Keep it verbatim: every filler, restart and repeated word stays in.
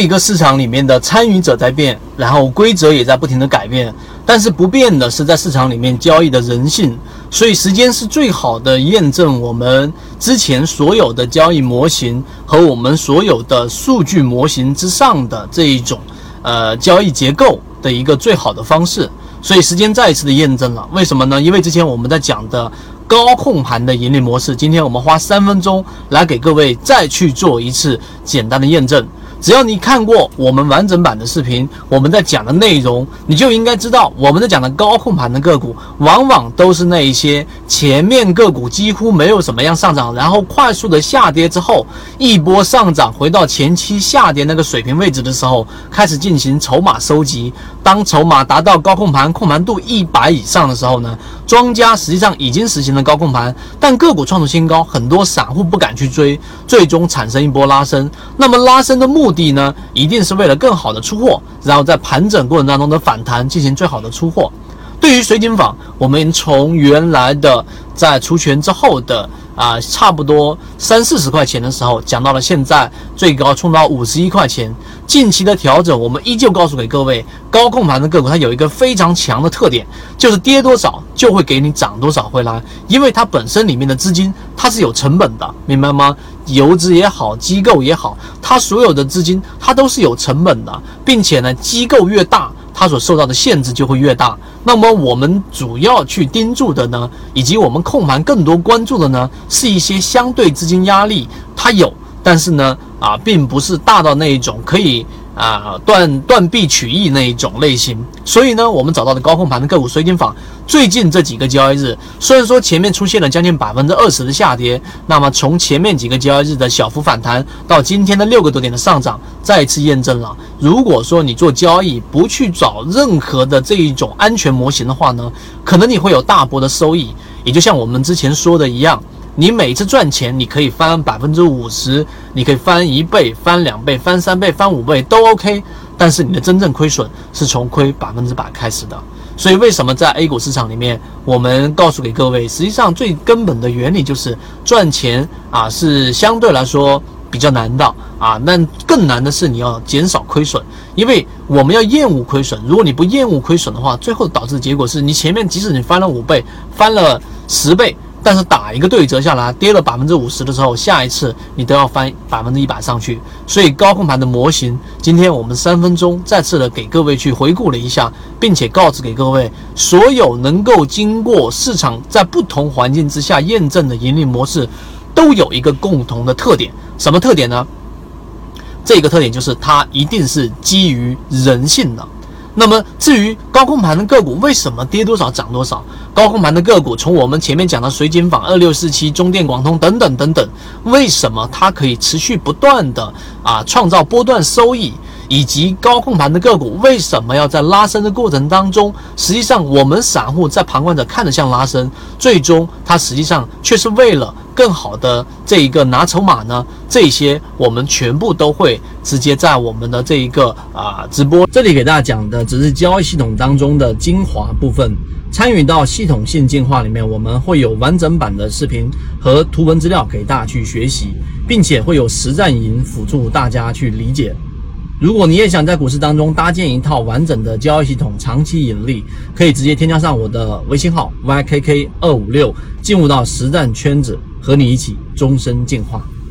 这个市场里面的参与者在变，然后规则也在不停的改变，但是不变的是在市场里面交易的人性。所以时间是最好的验证我们之前所有的交易模型和我们所有的数据模型之上的这一种呃交易结构的一个最好的方式。所以时间再一次的验证了，为什么呢？因为之前我们在讲的高控盘的盈利模式，今天我们花三分钟来给各位再去做一次简单的验证。只要你看过我们完整版的视频，我们在讲的内容，你就应该知道我们在讲的高控盘的个股往往都是那一些前面个股几乎没有什么样上涨，然后快速的下跌之后一波上涨回到前期下跌那个水平位置的时候开始进行筹码收集。当筹码达到高控盘控盘度一百以上的时候呢，庄家实际上已经实行了高控盘，但个股创出新高，很多散户不敢去追，最终产生一波拉升。那么拉升的目的呢，一定是为了更好的出货，然后在盘整过程当中的反弹进行最好的出货。对于水井坊，我们从原来的在除权之后的啊、呃，差不多三四十块钱的时候，讲到了现在最高冲到五十一块钱。近期的调整，我们依旧告诉给各位，高控盘的个股它有一个非常强的特点，就是跌多少就会给你涨多少回来，因为它本身里面的资金它是有成本的，明白吗？游资也好，机构也好，它所有的资金它都是有成本的，并且呢，机构越大，它所受到的限制就会越大。那么我们主要去盯住的呢，以及我们控盘更多关注的呢，是一些相对资金压力它有，但是呢啊，并不是大到那一种可以啊断断臂取义那一种类型。所以呢，我们找到的高控盘的个股水井坊，最近这几个交易日，虽然说前面出现了将近百分之二十的下跌，那么从前面几个交易日的小幅反弹到今天的六个多点的上涨，再一次验证了，如果说你做交易不去找任何的这一种安全模型的话呢，可能你会有大波的收益。也就像我们之前说的一样，你每次赚钱，你可以翻百分之五十，你可以翻一倍、翻两倍、翻三倍、翻五倍都 OK， 但是你的真正亏损是从亏百分之百开始的。所以为什么在 A 股市场里面，我们告诉给各位，实际上最根本的原理就是赚钱啊，是相对来说比较难的啊，那更难的是你要减少亏损，因为我们要厌恶亏损。如果你不厌恶亏损的话，最后导致的结果是你前面即使你翻了五倍，翻了十倍，但是打一个对折下来，跌了百分之五十的时候，下一次你都要翻百分之一百上去。所以高控盘的模型，今天我们三分钟再次的给各位去回顾了一下，并且告知给各位，所有能够经过市场在不同环境之下验证的盈利模式，都有一个共同的特点。什么特点呢？这个特点就是它一定是基于人性的。那么至于高控盘的个股为什么跌多少涨多少，高控盘的个股从我们前面讲的水井坊、二六四七、中电广通等等等等，为什么它可以持续不断的啊创造波段收益，以及高控盘的个股为什么要在拉升的过程当中，实际上我们散户在旁观者看着像拉升，最终它实际上却是为了更好的这一个拿筹码呢？这些我们全部都会直接在我们的这一个啊直播这里给大家讲的，只是交易系统当中的精华部分。参与到系统性进化里面，我们会有完整版的视频和图文资料给大家去学习，并且会有实战营辅助大家去理解。如果你也想在股市当中搭建一套完整的交易系统，长期盈利，可以直接添加上我的微信号 Y K K 二五六，进入到实战圈子，和你一起终身进化。